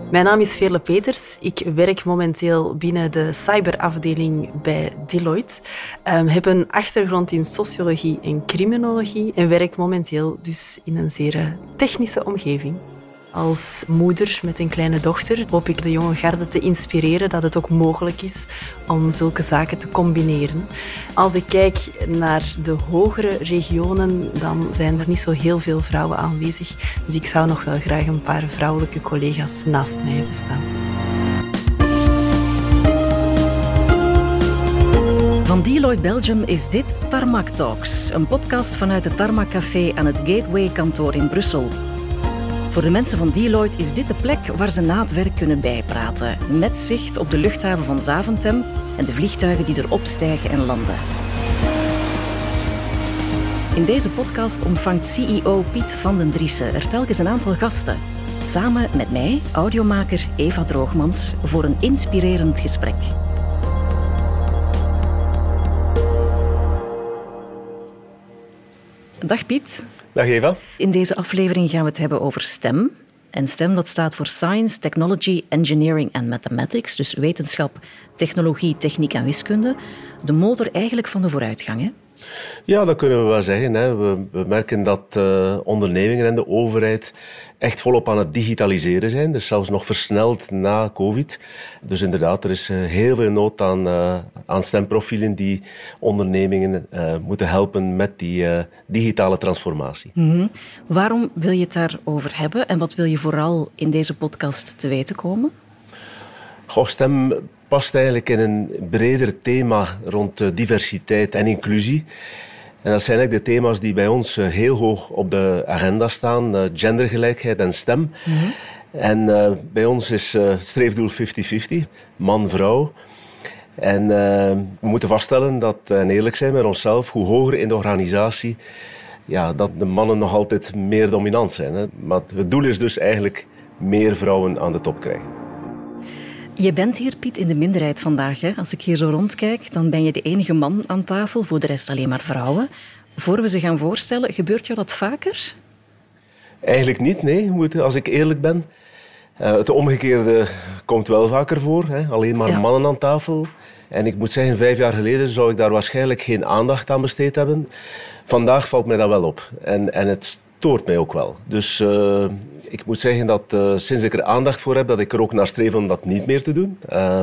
Mijn naam is Veerle Peters. Ik werk momenteel binnen de cyberafdeling bij Deloitte. Heb een achtergrond in sociologie en criminologie en werk momenteel dus in een zeer technische omgeving. Als moeder met een kleine dochter hoop ik de jonge garde te inspireren dat het ook mogelijk is om zulke zaken te combineren. Als ik kijk naar de hogere regionen, dan zijn er niet zo heel veel vrouwen aanwezig. Dus ik zou nog wel graag een paar vrouwelijke collega's naast mij hebben staan. Van Deloitte Belgium is dit Tarmac Talks, een podcast vanuit het Tarmac Café aan het Gateway-kantoor in Brussel. Voor de mensen van Deloitte is dit de plek waar ze na het werk kunnen bijpraten, met zicht op de luchthaven van Zaventem en de vliegtuigen die er opstijgen en landen. In deze podcast ontvangt CEO Piet van den Driessen er telkens een aantal gasten, samen met mij, audiomaker Eva Droogmans, voor een inspirerend gesprek. Dag Piet. Dag Eva. In deze aflevering gaan we het hebben over STEM. En STEM dat staat voor Science, Technology, Engineering and Mathematics. Dus wetenschap, technologie, techniek en wiskunde. De motor eigenlijk van de vooruitgang, hè? Ja, dat kunnen we wel zeggen. Hè. We merken dat ondernemingen en de overheid echt volop aan het digitaliseren zijn. Dus zelfs nog versneld na COVID. Dus inderdaad, er is heel veel nood aan STEM-profielen die ondernemingen moeten helpen met die digitale transformatie. Mm-hmm. Waarom wil je het daarover hebben en wat wil je vooral in deze podcast te weten komen? STEM past eigenlijk in een breder thema rond diversiteit en inclusie. En dat zijn eigenlijk de thema's die bij ons heel hoog op de agenda staan. Gendergelijkheid en STEM. Mm-hmm. En bij ons is streefdoel 50-50, man-vrouw. En we moeten vaststellen dat, en eerlijk zijn met onszelf, hoe hoger in de organisatie, ja, dat de mannen nog altijd meer dominant zijn. Hè. Maar het doel is dus eigenlijk meer vrouwen aan de top krijgen. Je bent hier, Piet, in de minderheid vandaag. Hè? Als ik hier zo rondkijk, dan ben je de enige man aan tafel, voor de rest alleen maar vrouwen. Voor we ze gaan voorstellen, gebeurt jou dat vaker? Eigenlijk niet, nee, als ik eerlijk ben. Het omgekeerde komt wel vaker voor, hè? Alleen maar mannen aan tafel. En ik moet zeggen, 5 jaar geleden zou ik daar waarschijnlijk geen aandacht aan besteed hebben. Vandaag valt mij dat wel op. En het stoort mij ook wel. Dus ik moet zeggen dat sinds ik er aandacht voor heb, dat ik er ook naar streef om dat niet meer te doen.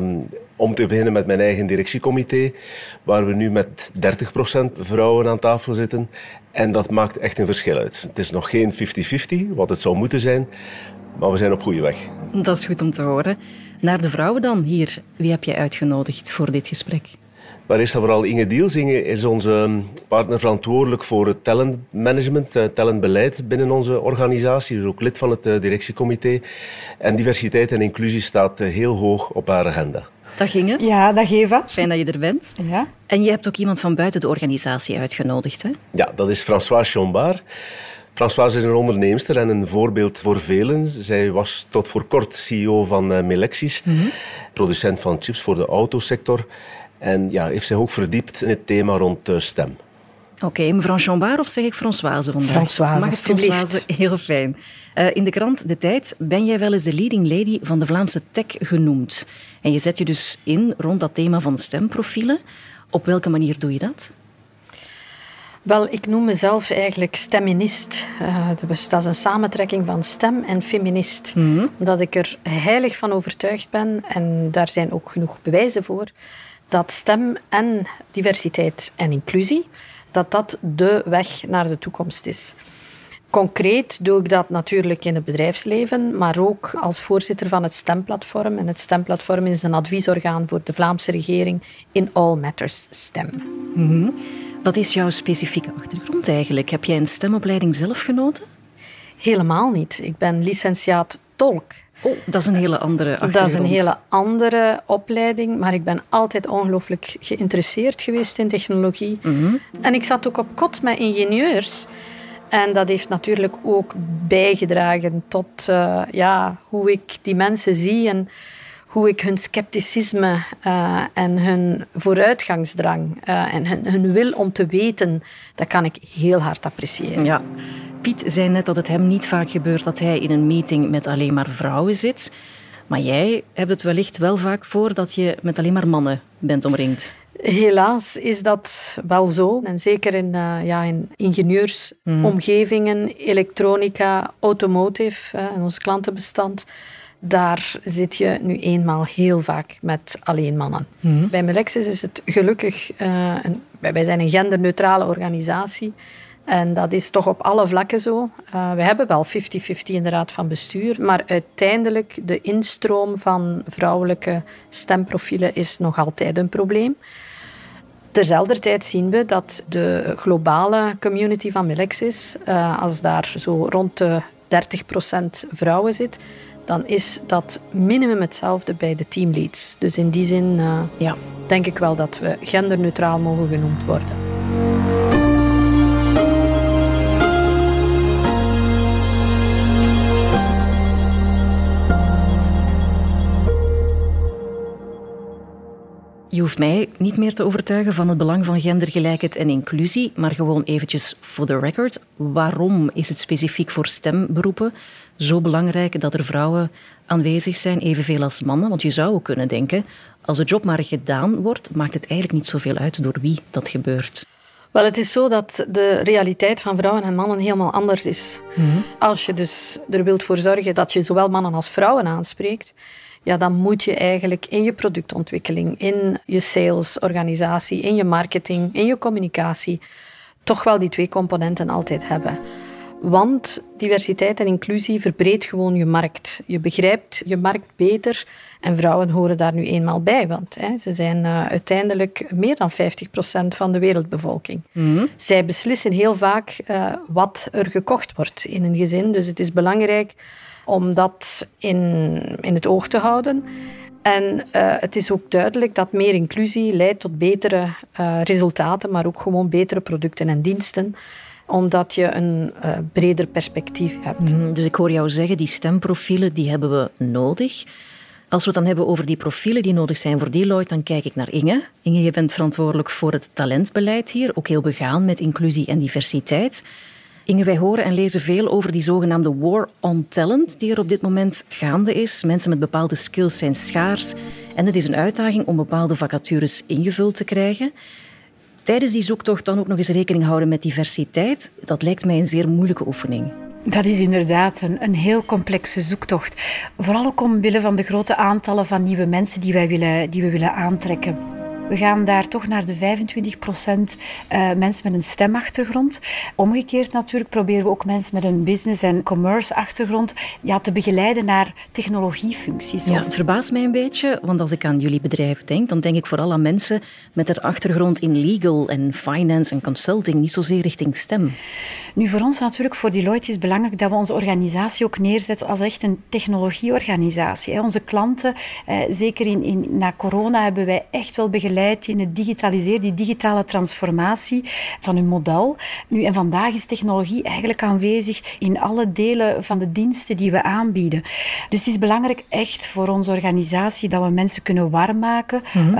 Om te beginnen met mijn eigen directiecomité, waar we nu met 30% vrouwen aan tafel zitten. En dat maakt echt een verschil uit. Het is nog geen 50-50, wat het zou moeten zijn, maar we zijn op goede weg. Dat is goed om te horen. Naar de vrouwen dan hier. Wie heb je uitgenodigd voor dit gesprek? Maar eerst en vooral Inge Diels. Inge is onze partner verantwoordelijk voor het talentmanagement, talentbeleid binnen onze organisatie. Dus ook lid van het directiecomité. En diversiteit en inclusie staat heel hoog op haar agenda. Dag Inge. Ja, dag Eva. Fijn dat je er bent. Ja. En je hebt ook iemand van buiten de organisatie uitgenodigd, hè? Ja, dat is Françoise Chambard. Françoise is een onderneemster en een voorbeeld voor velen. Zij was tot voor kort CEO van Melexis, producent van chips voor de autosector. En ja, heeft zich ook verdiept in het thema rond STEM. Oké, mevrouw Chambard of zeg ik Françoise vandaag? Françoise, mag het Françoise? Heel fijn. In de krant De Tijd ben jij wel eens de leading lady van de Vlaamse tech genoemd. En je zet je dus in rond dat thema van STEM-profielen. Op welke manier doe je dat? Wel, ik noem mezelf eigenlijk steminist. Dat is een samentrekking van stem en feminist. Omdat ik er heilig van overtuigd ben, en daar zijn ook genoeg bewijzen voor, dat stem en diversiteit en inclusie, dat de weg naar de toekomst is. Concreet doe ik dat natuurlijk in het bedrijfsleven, maar ook als voorzitter van het STEM-platform. En het STEM-platform is een adviesorgaan voor de Vlaamse regering in All Matters STEM. Wat is jouw specifieke achtergrond eigenlijk? Heb jij een STEM-opleiding zelf genoten? Helemaal niet. Ik ben licentiaat tolk. Oh, dat is een hele andere achtergrond. Dat is een hele andere opleiding, maar ik ben altijd ongelooflijk geïnteresseerd geweest in technologie. En ik zat ook op kot met ingenieurs. En dat heeft natuurlijk ook bijgedragen tot hoe ik die mensen zie en hoe ik hun scepticisme en hun vooruitgangsdrang en hun wil om te weten, dat kan ik heel hard appreciëren. Ja. Piet zei net dat het hem niet vaak gebeurt dat hij in een meeting met alleen maar vrouwen zit. Maar jij hebt het wellicht wel vaak voor dat je met alleen maar mannen bent omringd. Helaas is dat wel zo. En zeker in ingenieursomgevingen, elektronica, automotive, in ons klantenbestand, daar zit je nu eenmaal heel vaak met alleen mannen. Bij Melexis is het gelukkig... wij zijn een genderneutrale organisatie. En dat is toch op alle vlakken zo. We hebben wel 50-50 in de raad van bestuur. Maar uiteindelijk, de instroom van vrouwelijke stemprofielen is nog altijd een probleem. Terzelfde tijd zien we dat de globale community van Melexis, als daar zo rond de 30% vrouwen zit, dan is dat minimum hetzelfde bij de teamleads. Dus in die zin denk ik wel dat we genderneutraal mogen genoemd worden. Je hoeft mij niet meer te overtuigen van het belang van gendergelijkheid en inclusie, maar gewoon eventjes for the record. Waarom is het specifiek voor stemberoepen zo belangrijk dat er vrouwen aanwezig zijn, evenveel als mannen? Want je zou ook kunnen denken, als de job maar gedaan wordt, maakt het eigenlijk niet zoveel uit door wie dat gebeurt. Wel, het is zo dat de realiteit van vrouwen en mannen helemaal anders is. Als je dus er wilt voor zorgen dat je zowel mannen als vrouwen aanspreekt, ja, dan moet je eigenlijk in je productontwikkeling, in je salesorganisatie, in je marketing, in je communicatie toch wel die 2 componenten altijd hebben. Want diversiteit en inclusie verbreedt gewoon je markt. Je begrijpt je markt beter en vrouwen horen daar nu eenmaal bij. Want ze zijn uiteindelijk meer dan 50% van de wereldbevolking. Zij beslissen heel vaak wat er gekocht wordt in een gezin. Dus het is belangrijk om dat in het oog te houden. En het is ook duidelijk dat meer inclusie leidt tot betere resultaten, maar ook gewoon betere producten en diensten, omdat je een breder perspectief hebt. Dus ik hoor jou zeggen, die stemprofielen die hebben we nodig. Als we het dan hebben over die profielen die nodig zijn voor Deloitte, dan kijk ik naar Inge. Inge, je bent verantwoordelijk voor het talentbeleid hier, ook heel begaan met inclusie en diversiteit. Inge, wij horen en lezen veel over die zogenaamde war on talent die er op dit moment gaande is. Mensen met bepaalde skills zijn schaars en het is een uitdaging om bepaalde vacatures ingevuld te krijgen. Tijdens die zoektocht dan ook nog eens rekening houden met diversiteit, dat lijkt mij een zeer moeilijke oefening. Dat is inderdaad een heel complexe zoektocht. Vooral ook omwille van de grote aantallen van nieuwe mensen die we willen aantrekken. We gaan daar toch naar de 25% mensen met een stemachtergrond. Omgekeerd natuurlijk proberen we ook mensen met een business- en commerce-achtergrond te begeleiden naar technologiefuncties. Ja, het verbaast mij een beetje, want als ik aan jullie bedrijf denk, dan denk ik vooral aan mensen met een achtergrond in legal en finance en consulting, niet zozeer richting stem. Nu, voor ons natuurlijk, voor Deloitte is het belangrijk dat we onze organisatie ook neerzetten als echt een technologieorganisatie. Onze klanten, zeker na corona, hebben wij echt wel begeleid in het digitaliseren, die digitale transformatie van hun model. Nu, en vandaag is technologie eigenlijk aanwezig in alle delen van de diensten die we aanbieden. Dus het is belangrijk echt voor onze organisatie dat we mensen kunnen warm maken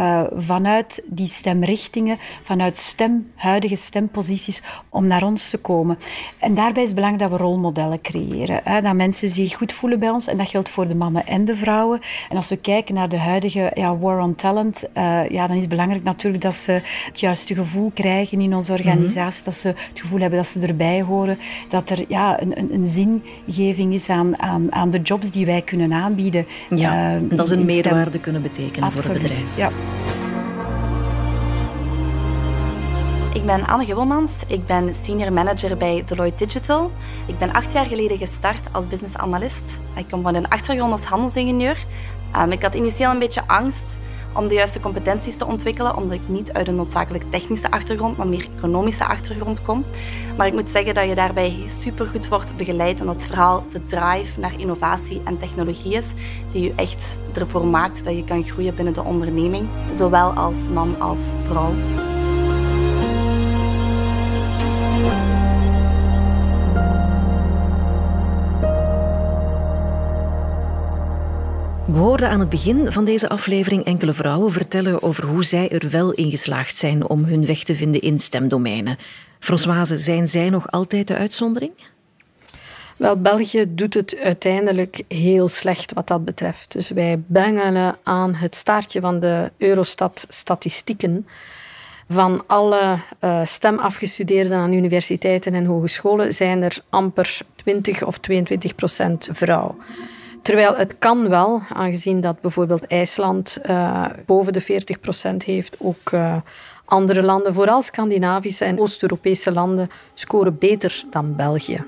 vanuit die stemrichtingen, vanuit huidige stemposities, om naar ons te komen. En daarbij is het belangrijk dat we rolmodellen creëren. Dat mensen zich goed voelen bij ons. En dat geldt voor de mannen en de vrouwen. En als we kijken naar de huidige war on talent, dan is het belangrijk natuurlijk dat ze het juiste gevoel krijgen in onze organisatie. Dat ze het gevoel hebben dat ze erbij horen. Dat er een zingeving is aan de jobs die wij kunnen aanbieden. Ja, dat ze een meerwaarde kunnen betekenen. Absoluut, voor het bedrijf. Ja. Ik ben Anne Gibbelmans, ik ben senior manager bij Deloitte Digital. Ik ben 8 jaar geleden gestart als business analyst. Ik kom van een achtergrond als handelsingenieur. Ik had initieel een beetje angst om de juiste competenties te ontwikkelen, omdat ik niet uit een noodzakelijk technische achtergrond, maar meer economische achtergrond kom. Maar ik moet zeggen dat je daarbij supergoed wordt begeleid en dat vooral de drive naar innovatie en technologie is die je echt ervoor maakt dat je kan groeien binnen de onderneming, zowel als man als vrouw. We hoorden aan het begin van deze aflevering enkele vrouwen vertellen over hoe zij er wel in geslaagd zijn om hun weg te vinden in stemdomeinen. Françoise, zijn zij nog altijd de uitzondering? Wel, België doet het uiteindelijk heel slecht wat dat betreft. Dus wij bengelen aan het staartje van de Eurostat-statistieken. Van alle STEM-afgestudeerden aan universiteiten en hogescholen zijn er amper 20 of 22% vrouw. Terwijl het kan wel, aangezien dat bijvoorbeeld IJsland boven de 40% heeft, ook andere landen, vooral Scandinavische en Oost-Europese landen, scoren beter dan België.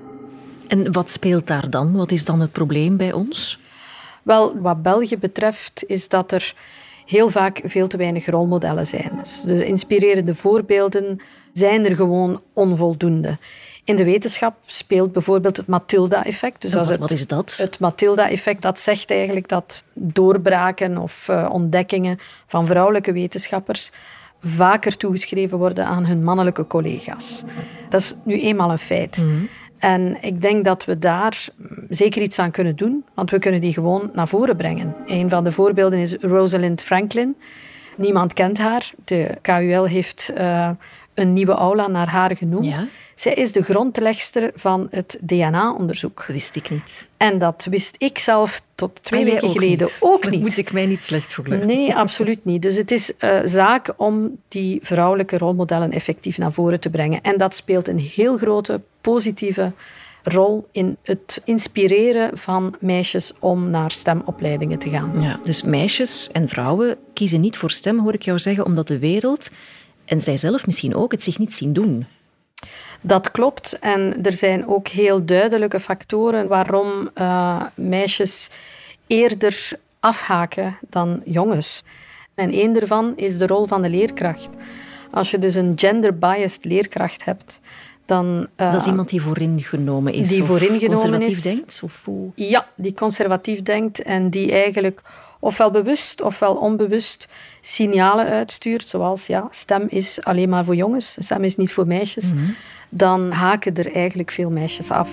En wat speelt daar dan? Wat is dan het probleem bij ons? Wel, wat België betreft is dat er heel vaak veel te weinig rolmodellen zijn. Dus de inspirerende voorbeelden zijn er gewoon onvoldoende. In de wetenschap speelt bijvoorbeeld het Matilda-effect. Dus wat is dat? Het Matilda-effect, dat zegt eigenlijk dat doorbraken of ontdekkingen van vrouwelijke wetenschappers vaker toegeschreven worden aan hun mannelijke collega's. Dat is nu eenmaal een feit. Mm-hmm. En ik denk dat we daar zeker iets aan kunnen doen, want we kunnen die gewoon naar voren brengen. Een van de voorbeelden is Rosalind Franklin. Niemand kent haar. De KUL heeft een nieuwe aula naar haar genoemd. Ja. Zij is de grondlegster van het DNA-onderzoek. Dat wist ik niet. En dat wist ik zelf tot 2 weken geleden ook niet. Daar moet ik mij niet slecht voor geloven. Nee, absoluut niet. Dus het is zaak om die vrouwelijke rolmodellen effectief naar voren te brengen. En dat speelt een heel grote positieve rol in het inspireren van meisjes om naar STEM-opleidingen te gaan. Ja, dus meisjes en vrouwen kiezen niet voor STEM, hoor ik jou zeggen, omdat de wereld, en zij zelf misschien ook, het zich niet zien doen. Dat klopt. En er zijn ook heel duidelijke factoren waarom meisjes eerder afhaken dan jongens. En één daarvan is de rol van de leerkracht. Als je dus een gender-biased leerkracht hebt, dan... dat is iemand die voorin genomen is, die voorin genomen conservatief is, denkt? Of hoe? Ja, die conservatief denkt en die eigenlijk ofwel bewust ofwel onbewust signalen uitstuurt, zoals STEM is alleen maar voor jongens, STEM is niet voor meisjes. Mm-hmm. Dan haken er eigenlijk veel meisjes af.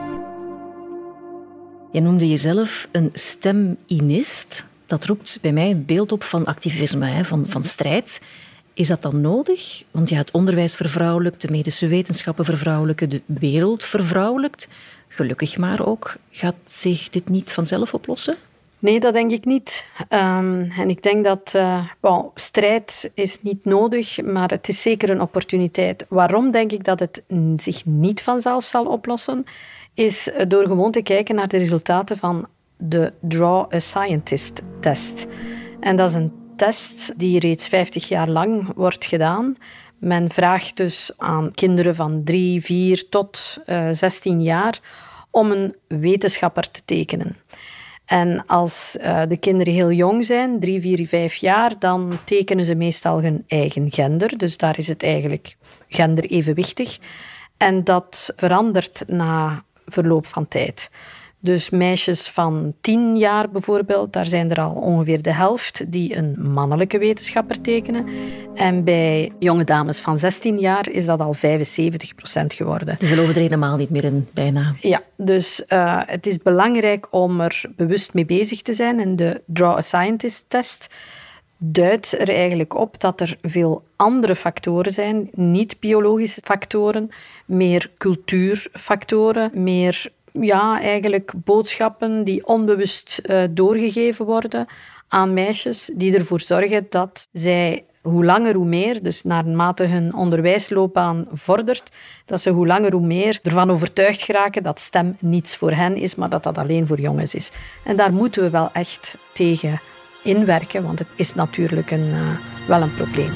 Je noemde jezelf een STEM-inist. Dat roept bij mij een beeld op van activisme, van strijd. Is dat dan nodig? Want het onderwijs vervrouwelijkt, de medische wetenschappen vervrouwelijken, de wereld vervrouwelijkt. Gelukkig maar ook. Gaat zich dit niet vanzelf oplossen? Nee, dat denk ik niet. En ik denk dat strijd is niet nodig, maar het is zeker een opportuniteit. Waarom denk ik dat het zich niet vanzelf zal oplossen? Is door gewoon te kijken naar de resultaten van de Draw a Scientist-test. En dat is een test die reeds 50 jaar lang wordt gedaan. Men vraagt dus aan kinderen van 3, 4 tot 16 jaar om een wetenschapper te tekenen. En als de kinderen heel jong zijn, 3, 4, 5 jaar, dan tekenen ze meestal hun eigen gender. Dus daar is het eigenlijk genderevenwichtig. En dat verandert na verloop van tijd. Dus meisjes van 10 jaar bijvoorbeeld, daar zijn er al ongeveer de helft die een mannelijke wetenschapper tekenen. En bij jonge dames van 16 jaar is dat al 75% geworden. Die geloven er helemaal niet meer in, bijna. Ja, dus het is belangrijk om er bewust mee bezig te zijn. En de Draw a Scientist-test duidt er eigenlijk op dat er veel andere factoren zijn, niet biologische factoren, meer cultuurfactoren, meer eigenlijk boodschappen die onbewust doorgegeven worden aan meisjes, die ervoor zorgen dat zij hoe langer hoe meer, dus naarmate hun onderwijsloopbaan vordert, dat ze hoe langer hoe meer ervan overtuigd geraken dat STEM niets voor hen is, maar dat dat alleen voor jongens is. En daar moeten we wel echt tegen inwerken, want het is natuurlijk wel een probleem.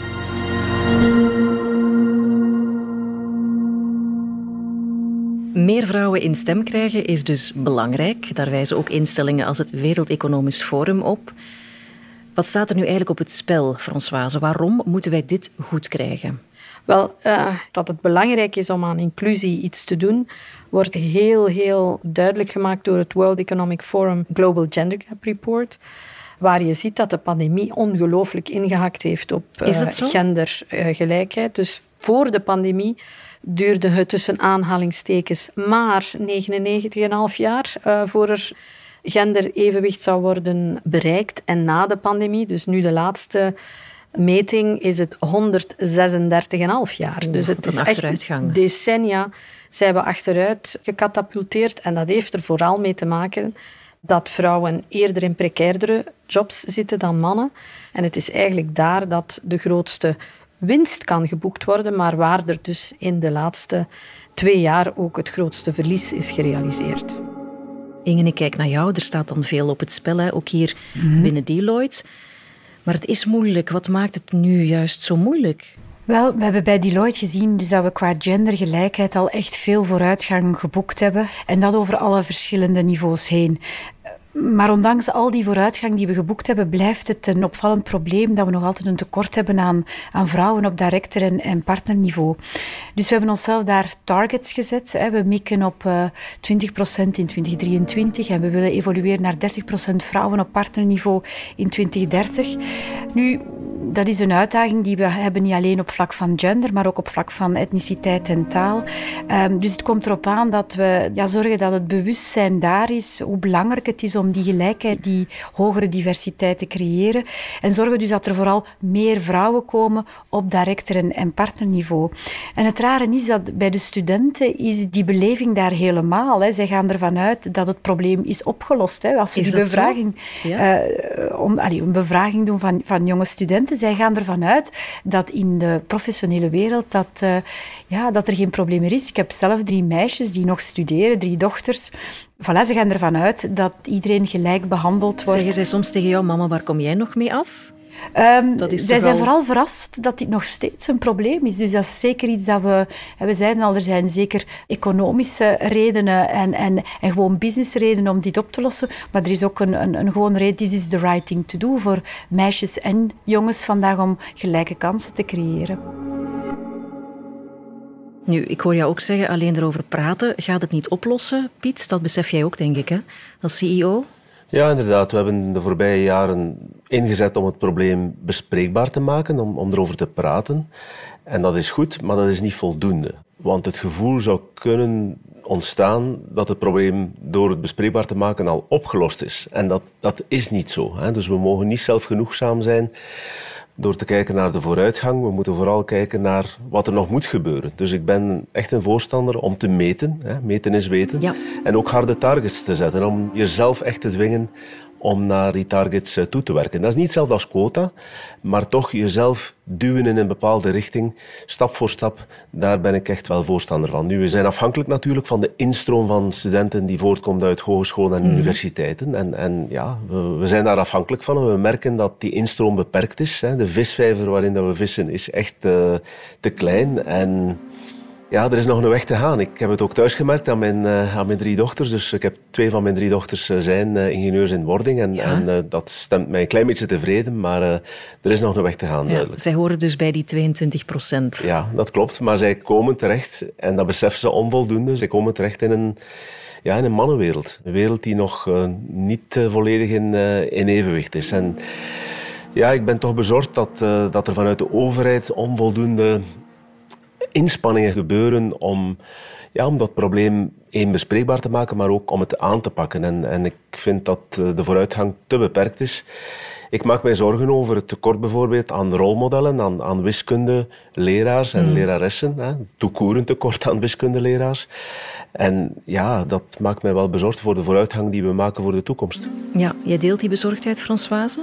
Meer vrouwen in STEM krijgen is dus belangrijk. Daar wijzen ook instellingen als het Wereld Economisch Forum op. Wat staat er nu eigenlijk op het spel, Françoise? Waarom moeten wij dit goed krijgen? Wel, dat het belangrijk is om aan inclusie iets te doen, wordt heel, heel duidelijk gemaakt door het World Economic Forum Global Gender Gap Report, waar je ziet dat de pandemie ongelooflijk ingehakt heeft op gendergelijkheid. Dus voor de pandemie duurde het tussen aanhalingstekens maar 99,5 jaar voor er genderevenwicht zou worden bereikt. En na de pandemie, dus nu de laatste meting is het 136,5 jaar. Dus het is echt decennia zijn we achteruit gecatapulteerd. En dat heeft er vooral mee te maken dat vrouwen eerder in precairdere jobs zitten dan mannen. En het is eigenlijk daar dat de grootste winst kan geboekt worden, maar waar er dus in de laatste 2 jaar ook het grootste verlies is gerealiseerd. Inge, ik kijk naar jou. Er staat dan veel op het spel, hè? Ook hier binnen Deloitte. Maar het is moeilijk. Wat maakt het nu juist zo moeilijk? Wel, we hebben bij Deloitte gezien dus dat we qua gendergelijkheid al echt veel vooruitgang geboekt hebben. En dat over alle verschillende niveaus heen. Maar ondanks al die vooruitgang die we geboekt hebben, blijft het een opvallend probleem dat we nog altijd een tekort hebben aan vrouwen op director- en partnerniveau. Dus we hebben onszelf daar targets gezet. We mikken op 20% in 2023 en we willen evolueren naar 30% vrouwen op partnerniveau in 2030. Nu, dat is een uitdaging die we hebben niet alleen op vlak van gender, maar ook op vlak van etniciteit en taal. Dus het komt erop aan dat we zorgen dat het bewustzijn daar is, hoe belangrijk het is om die gelijkheid, die hogere diversiteit te creëren. En zorgen dus dat er vooral meer vrouwen komen op director- en partnerniveau. En het rare is dat bij de studenten is die beleving daar helemaal. Hè. Zij gaan ervan uit dat het probleem is opgelost. Hè. Als we die bevraging, een bevraging doen van jonge studenten, zij gaan ervan uit dat in de professionele wereld dat er geen probleem meer is. Ik heb zelf 3 meisjes die nog studeren, 3 dochters. Voilà, ze gaan ervan uit dat iedereen gelijk behandeld wordt. Zeggen zij soms tegen jou, mama, waar kom jij nog mee af? Zij zijn vooral verrast dat dit nog steeds een probleem is. Dus dat is zeker iets dat we zeiden al, er zijn zeker economische redenen en gewoon businessredenen om dit op te lossen. Maar er is ook een gewone reden, dit is the right thing to do voor meisjes en jongens vandaag om gelijke kansen te creëren. Nu, ik hoor jou ook zeggen, alleen erover praten gaat het niet oplossen. Piet, dat besef jij ook, denk ik, hè, als CEO? Ja, inderdaad. We hebben de voorbije jaren ingezet om het probleem bespreekbaar te maken, om erover te praten. En dat is goed, maar dat is niet voldoende. Want het gevoel zou kunnen ontstaan dat het probleem door het bespreekbaar te maken al opgelost is. En dat is niet zo. Hè. Dus we mogen niet zelfgenoegzaam zijn door te kijken naar de vooruitgang. We moeten vooral kijken naar wat er nog moet gebeuren. Dus ik ben echt een voorstander om te meten. Hè. Meten is weten. Ja. En ook harde targets te zetten. Om jezelf echt te dwingen om naar die targets toe te werken. Dat is niet hetzelfde als quota, maar toch jezelf duwen in een bepaalde richting, stap voor stap, daar ben ik echt wel voorstander van. Nu, we zijn afhankelijk natuurlijk van de instroom van studenten die voortkomt uit hogescholen en universiteiten. En ja, we zijn daar afhankelijk van en we merken dat die instroom beperkt is. De visvijver waarin dat we vissen is echt te klein en ja, er is nog een weg te gaan. Ik heb het ook thuis gemerkt aan mijn 3 dochters. Dus ik heb 2 van mijn 3 dochters zijn ingenieurs in wording. En dat stemt mij een klein beetje tevreden. Maar er is nog een weg te gaan, duidelijk. Zij horen dus bij die 22%. Ja, dat klopt. Maar zij komen terecht, en dat beseffen ze onvoldoende, zij komen terecht in een mannenwereld. Een wereld die nog niet volledig in evenwicht is. En ja, ik ben toch bezorgd dat er vanuit de overheid onvoldoende inspanningen gebeuren om dat probleem bespreekbaar te maken, maar ook om het aan te pakken. En ik vind dat de vooruitgang te beperkt is. Ik maak mij zorgen over het tekort bijvoorbeeld aan rolmodellen, aan wiskundeleraars en leraressen. Toekoerend tekort aan wiskundeleraars. En ja, dat maakt mij wel bezorgd voor de vooruitgang die we maken voor de toekomst. Ja, jij deelt die bezorgdheid, Françoise?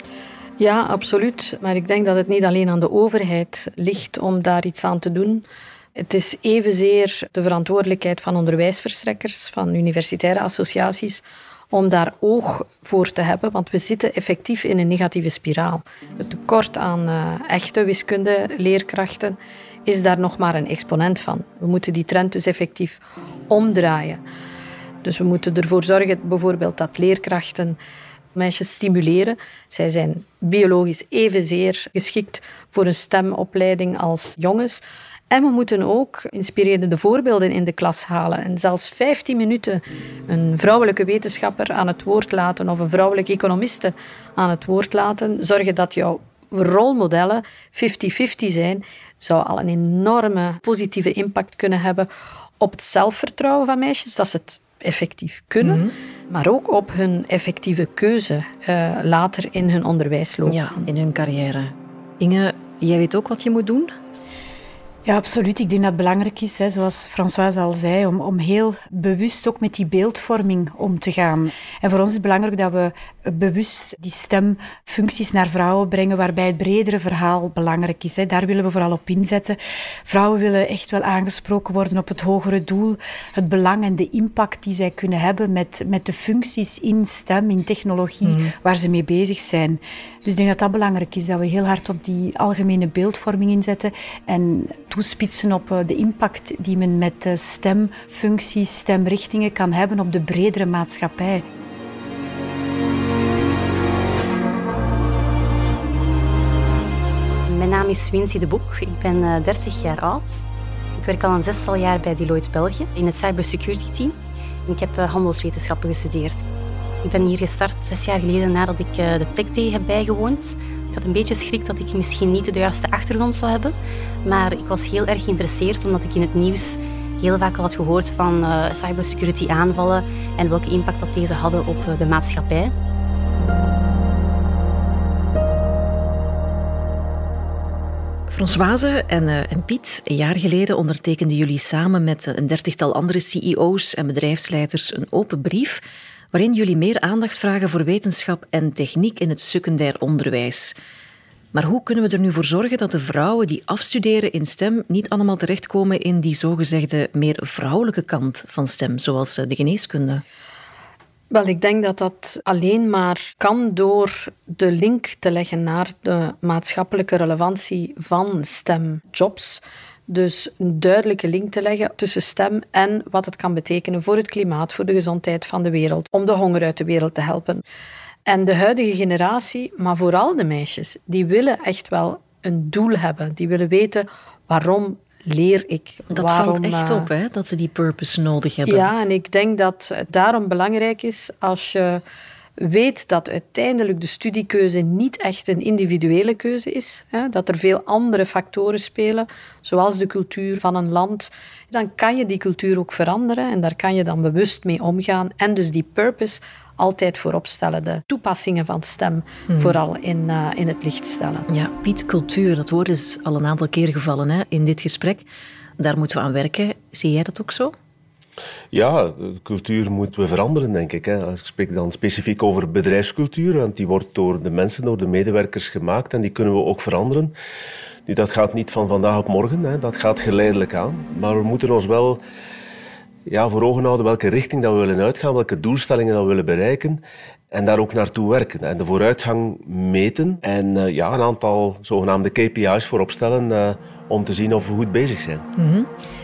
Ja, absoluut. Maar ik denk dat het niet alleen aan de overheid ligt om daar iets aan te doen. Het is evenzeer de verantwoordelijkheid van onderwijsverstrekkers, van universitaire associaties, om daar oog voor te hebben, want we zitten effectief in een negatieve spiraal. Het tekort aan echte wiskundeleerkrachten is daar nog maar een exponent van. We moeten die trend dus effectief omdraaien. Dus we moeten ervoor zorgen bijvoorbeeld dat leerkrachten meisjes stimuleren. Zij zijn biologisch evenzeer geschikt voor een STEM-opleiding als jongens. En we moeten ook inspirerende voorbeelden in de klas halen. En zelfs 15 minuten een vrouwelijke wetenschapper aan het woord laten of een vrouwelijke economiste aan het woord laten, zorgen dat jouw rolmodellen 50-50 zijn, zou al een enorme positieve impact kunnen hebben op het zelfvertrouwen van meisjes, dat ze het effectief kunnen, maar ook op hun effectieve keuze later in hun onderwijsloopbaan. Ja, in hun carrière. Inge, jij weet ook wat je moet doen? Ja, absoluut. Ik denk dat het belangrijk is, zoals Françoise al zei, om heel bewust ook met die beeldvorming om te gaan. En voor ons is het belangrijk dat we bewust die stemfuncties naar vrouwen brengen, waarbij het bredere verhaal belangrijk is. Daar willen we vooral op inzetten. Vrouwen willen echt wel aangesproken worden op het hogere doel, het belang en de impact die zij kunnen hebben met de functies in stem, in technologie, waar ze mee bezig zijn. Dus ik denk dat dat belangrijk is, dat we heel hard op die algemene beeldvorming inzetten en toespitsen op de impact die men met stemfuncties, stemrichtingen kan hebben op de bredere maatschappij. Mijn naam is Wincy de Boek. Ik ben 30 jaar oud. Ik werk al een 6-tal jaar bij Deloitte België in het cybersecurity team. Ik heb handelswetenschappen gestudeerd. Ik ben hier gestart 6 jaar geleden nadat ik de Tech Day heb bijgewoond. Ik had een beetje schrik dat ik misschien niet de juiste achtergrond zou hebben. Maar ik was heel erg geïnteresseerd omdat ik in het nieuws heel vaak al had gehoord van cybersecurity aanvallen en welke impact dat deze hadden op de maatschappij. Françoise en Piet, een jaar geleden ondertekenden jullie samen met een 30-tal andere CEO's en bedrijfsleiders een open brief waarin jullie meer aandacht vragen voor wetenschap en techniek in het secundair onderwijs. Maar hoe kunnen we er nu voor zorgen dat de vrouwen die afstuderen in STEM niet allemaal terechtkomen in die zogezegde meer vrouwelijke kant van STEM, zoals de geneeskunde? Wel, ik denk dat dat alleen maar kan door de link te leggen naar de maatschappelijke relevantie van STEM-jobs. Dus een duidelijke link te leggen tussen STEM en wat het kan betekenen voor het klimaat, voor de gezondheid van de wereld, om de honger uit de wereld te helpen. En de huidige generatie, maar vooral de meisjes, die willen echt wel een doel hebben. Die willen weten waarom leer ik. Dat valt echt op, hè, dat ze die purpose nodig hebben. Ja, en ik denk dat het daarom belangrijk is als je weet dat uiteindelijk de studiekeuze niet echt een individuele keuze is, hè, dat er veel andere factoren spelen, zoals de cultuur van een land, dan kan je die cultuur ook veranderen en daar kan je dan bewust mee omgaan en dus die purpose altijd voorop stellen, de toepassingen van STEM vooral in het licht stellen. Ja, Piet, cultuur, dat woord is al een aantal keer gevallen hè, in dit gesprek. Daar moeten we aan werken. Zie jij dat ook zo? Ja, de cultuur moeten we veranderen, denk ik. Ik spreek dan specifiek over bedrijfscultuur, want die wordt door de mensen, door de medewerkers gemaakt en die kunnen we ook veranderen. Nu, dat gaat niet van vandaag op morgen, hè. Dat gaat geleidelijk aan. Maar we moeten ons wel voor ogen houden welke richting dat we willen uitgaan, welke doelstellingen dat we willen bereiken en daar ook naartoe werken. En de vooruitgang meten en een aantal zogenaamde KPI's voorop stellen om te zien of we goed bezig zijn. Mm-hmm.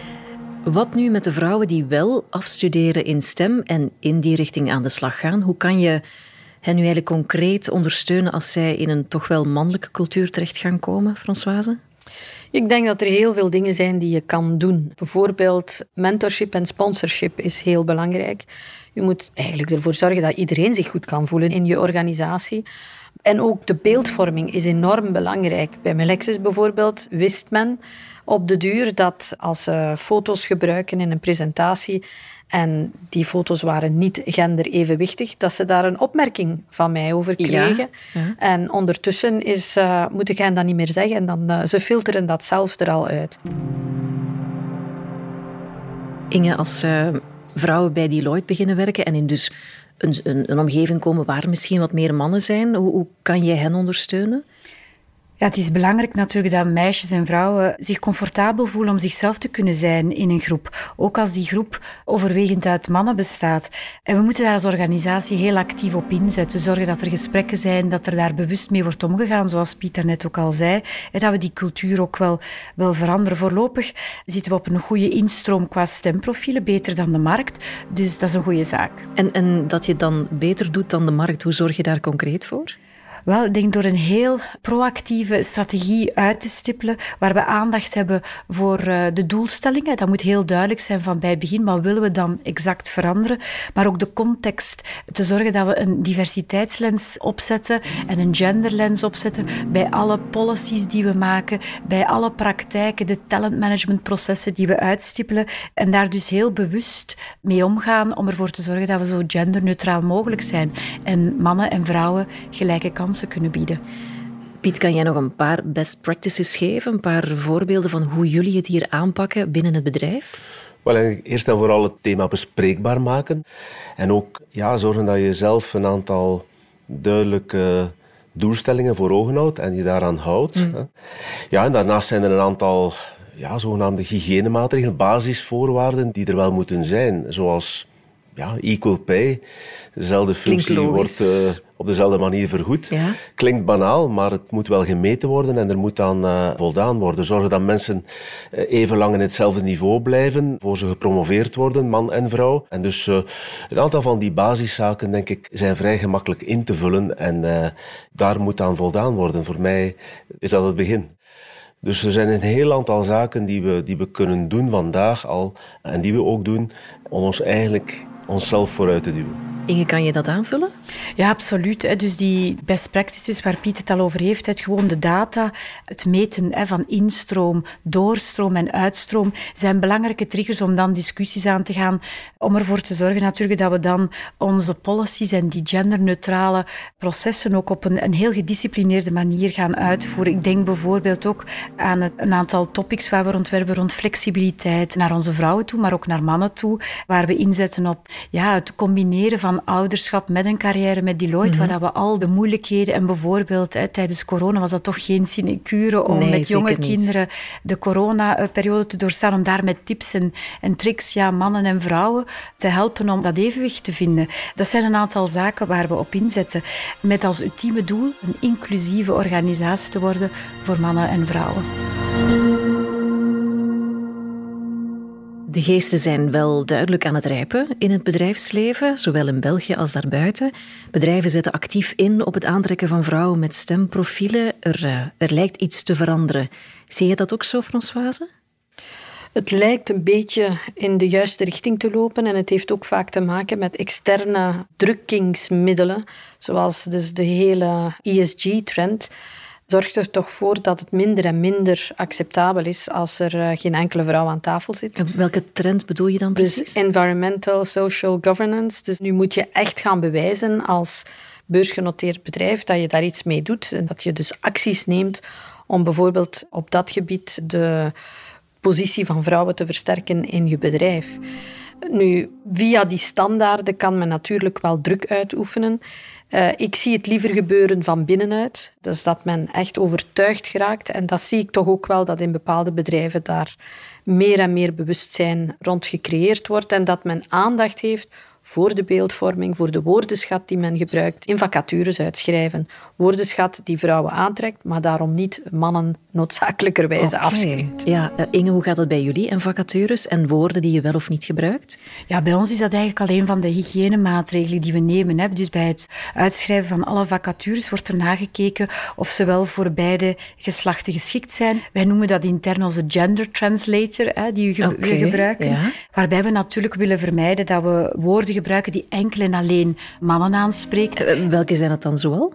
Wat nu met de vrouwen die wel afstuderen in STEM en in die richting aan de slag gaan? Hoe kan je hen nu eigenlijk concreet ondersteunen als zij in een toch wel mannelijke cultuur terecht gaan komen, Françoise? Ik denk dat er heel veel dingen zijn die je kan doen. Bijvoorbeeld mentorship en sponsorship is heel belangrijk. Je moet eigenlijk ervoor zorgen dat iedereen zich goed kan voelen in je organisatie. En ook de beeldvorming is enorm belangrijk. Bij Melexis bijvoorbeeld wist men op de duur dat als ze foto's gebruiken in een presentatie en die foto's waren niet genderevenwichtig, dat ze daar een opmerking van mij over kregen. Ja. En ondertussen moet ik hen dat niet meer zeggen en dan ze filteren dat zelf er al uit. Inge, als vrouwen bij Deloitte beginnen werken en in dus een omgeving komen waar misschien wat meer mannen zijn, hoe kan jij hen ondersteunen? Ja, het is belangrijk natuurlijk dat meisjes en vrouwen zich comfortabel voelen om zichzelf te kunnen zijn in een groep. Ook als die groep overwegend uit mannen bestaat. En we moeten daar als organisatie heel actief op inzetten. Zorgen dat er gesprekken zijn, dat er daar bewust mee wordt omgegaan, zoals Piet daarnet ook al zei. En dat we die cultuur ook wel veranderen. Voorlopig zitten we op een goede instroom qua stemprofielen, beter dan de markt. Dus dat is een goede zaak. En dat je dan beter doet dan de markt, hoe zorg je daar concreet voor? Wel, ik denk door een heel proactieve strategie uit te stippelen, waar we aandacht hebben voor de doelstellingen. Dat moet heel duidelijk zijn van bij het begin, maar willen we dan exact veranderen? Maar ook de context, te zorgen dat we een diversiteitslens opzetten en een genderlens opzetten bij alle policies die we maken, bij alle praktijken, de talentmanagementprocessen die we uitstippelen en daar dus heel bewust mee omgaan om ervoor te zorgen dat we zo genderneutraal mogelijk zijn en mannen en vrouwen gelijke kansen kunnen bieden. Piet, kan jij nog een paar best practices geven? Een paar voorbeelden van hoe jullie het hier aanpakken binnen het bedrijf? Wel, eerst en vooral het thema bespreekbaar maken. En ook zorgen dat je zelf een aantal duidelijke doelstellingen voor ogen houdt en je daaraan houdt. Ja, en daarnaast zijn er een aantal zogenaamde hygiënemaatregelen, basisvoorwaarden die er wel moeten zijn. Zoals equal pay. Dezelfde functie wordt op dezelfde manier vergoed. Ja. Klinkt banaal, maar het moet wel gemeten worden en er moet aan voldaan worden. Zorgen dat mensen even lang in hetzelfde niveau blijven voor ze gepromoveerd worden, man en vrouw. En dus een aantal van die basiszaken, denk ik, zijn vrij gemakkelijk in te vullen en daar moet aan voldaan worden. Voor mij is dat het begin. Dus er zijn een heel aantal zaken die we kunnen doen vandaag al en die we ook doen om onszelf vooruit te duwen. Inge, kan je dat aanvullen? Ja, absoluut. Dus die best practices waar Piet het al over heeft, gewoon de data, het meten van instroom, doorstroom en uitstroom, zijn belangrijke triggers om dan discussies aan te gaan, om ervoor te zorgen natuurlijk dat we dan onze policies en die genderneutrale processen ook op een heel gedisciplineerde manier gaan uitvoeren. Ik denk bijvoorbeeld ook aan een aantal topics waar we ontwerpen rond flexibiliteit naar onze vrouwen toe, maar ook naar mannen toe, waar we inzetten op het combineren van ouderschap met een carrière met Deloitte, waar we al de moeilijkheden en bijvoorbeeld tijdens corona was dat toch geen sinecure om met jonge kinderen de coronaperiode te doorstaan, om daar met tips en tricks mannen en vrouwen te helpen om dat evenwicht te vinden. Dat zijn een aantal zaken waar we op inzetten met als ultieme doel een inclusieve organisatie te worden voor mannen en vrouwen. De geesten zijn wel duidelijk aan het rijpen in het bedrijfsleven, zowel in België als daarbuiten. Bedrijven zetten actief in op het aantrekken van vrouwen met stemprofielen. Er lijkt iets te veranderen. Zie je dat ook zo, Françoise? Het lijkt een beetje in de juiste richting te lopen en het heeft ook vaak te maken met externe drukkingsmiddelen, zoals dus de hele ESG-trend. Zorgt er toch voor dat het minder en minder acceptabel is als er geen enkele vrouw aan tafel zit. Welke trend bedoel je dan precies? Dus environmental, social governance. Dus nu moet je echt gaan bewijzen als beursgenoteerd bedrijf dat je daar iets mee doet en dat je dus acties neemt om bijvoorbeeld op dat gebied de positie van vrouwen te versterken in je bedrijf. Nu, via die standaarden kan men natuurlijk wel druk uitoefenen. Ik zie het liever gebeuren van binnenuit. Dus dat men echt overtuigd geraakt. En dat zie ik toch ook wel dat in bepaalde bedrijven daar meer en meer bewustzijn rond gecreëerd wordt. En dat men aandacht heeft voor de beeldvorming, voor de woordenschat die men gebruikt in vacatures uitschrijven. Woordenschat die vrouwen aantrekt, maar daarom niet mannen noodzakelijkerwijze afschrikt. Ja, Inge, hoe gaat het bij jullie en vacatures en woorden die je wel of niet gebruikt? Ja, bij ons is dat eigenlijk al een van de hygiënemaatregelen die we nemen. Dus bij het uitschrijven van alle vacatures wordt er nagekeken of ze wel voor beide geslachten geschikt zijn. Wij noemen dat intern onze gender translator, die we gebruiken. Ja. Waarbij we natuurlijk willen vermijden dat we woorden gebruiken die enkel en alleen mannen aanspreekt. Welke zijn het dan zoal?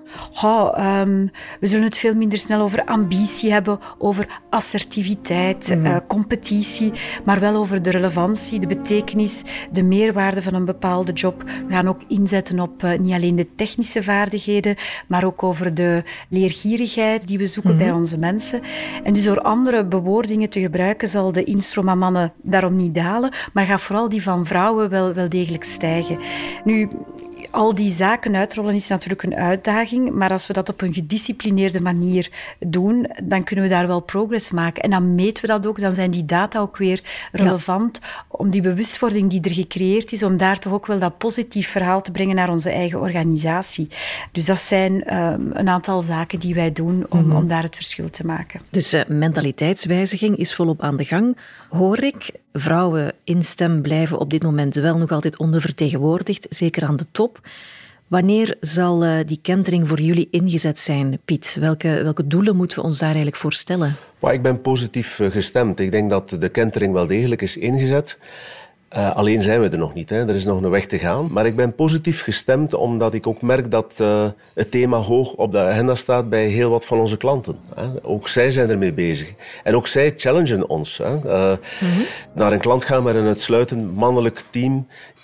We zullen het veel minder snel over ambitie hebben, over assertiviteit, competitie, maar wel over de relevantie, de betekenis, de meerwaarde van een bepaalde job. We gaan ook inzetten op niet alleen de technische vaardigheden, maar ook over de leergierigheid die we zoeken bij onze mensen. En dus door andere bewoordingen te gebruiken zal de instroom aan mannen daarom niet dalen, maar gaat vooral die van vrouwen wel degelijk stijgen. Nu, al die zaken uitrollen is natuurlijk een uitdaging, maar als we dat op een gedisciplineerde manier doen, dan kunnen we daar wel progress maken. En dan meten we dat ook, dan zijn die data ook weer relevant om die bewustwording die er gecreëerd is, om daar toch ook wel dat positief verhaal te brengen naar onze eigen organisatie. Dus dat zijn een aantal zaken die wij doen om daar het verschil te maken. Dus mentaliteitswijziging is volop aan de gang, hoor ik. Vrouwen in stem blijven op dit moment wel nog altijd ondervertegenwoordigd, zeker aan de top. Wanneer zal die kentering voor jullie ingezet zijn, Piet? Welke doelen moeten we ons daar eigenlijk voor stellen? Ik ben positief gestemd. Ik denk dat de kentering wel degelijk is ingezet. Alleen zijn we er nog niet. Hè. Er is nog een weg te gaan. Maar ik ben positief gestemd omdat ik ook merk dat het thema hoog op de agenda staat bij heel wat van onze klanten. Hè. Ook zij zijn ermee bezig. En ook zij challengen ons. Hè. Naar een klant gaan met een uitsluitend mannelijk team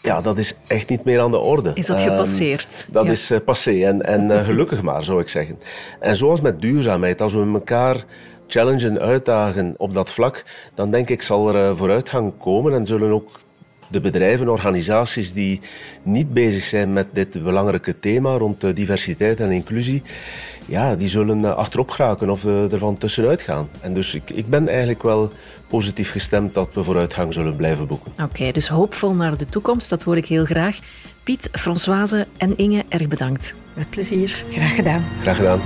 Ja, dat is echt niet meer aan de orde. Is dat gepasseerd? Dat is passé en gelukkig maar, zou ik zeggen. En zoals met duurzaamheid, als we elkaar challengen, uitdagen op dat vlak, dan denk ik zal er vooruitgang komen en zullen ook de bedrijven, organisaties die niet bezig zijn met dit belangrijke thema rond diversiteit en inclusie, ja, die zullen achterop geraken of ervan tussenuit gaan. En dus ik ben eigenlijk wel positief gestemd dat we vooruitgang zullen blijven boeken. Oké, dus hoopvol naar de toekomst, dat hoor ik heel graag. Piet, Françoise en Inge, erg bedankt. Met plezier. Graag gedaan. Graag gedaan.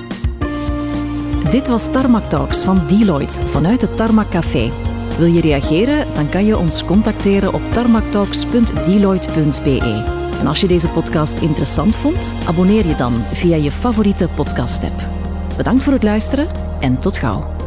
Dit was Tarmac Talks van Deloitte vanuit het Tarmac Café. Wil je reageren? Dan kan je ons contacteren op tarmactalks.deloitte.be. En als je deze podcast interessant vond, abonneer je dan via je favoriete podcast-app. Bedankt voor het luisteren en tot gauw.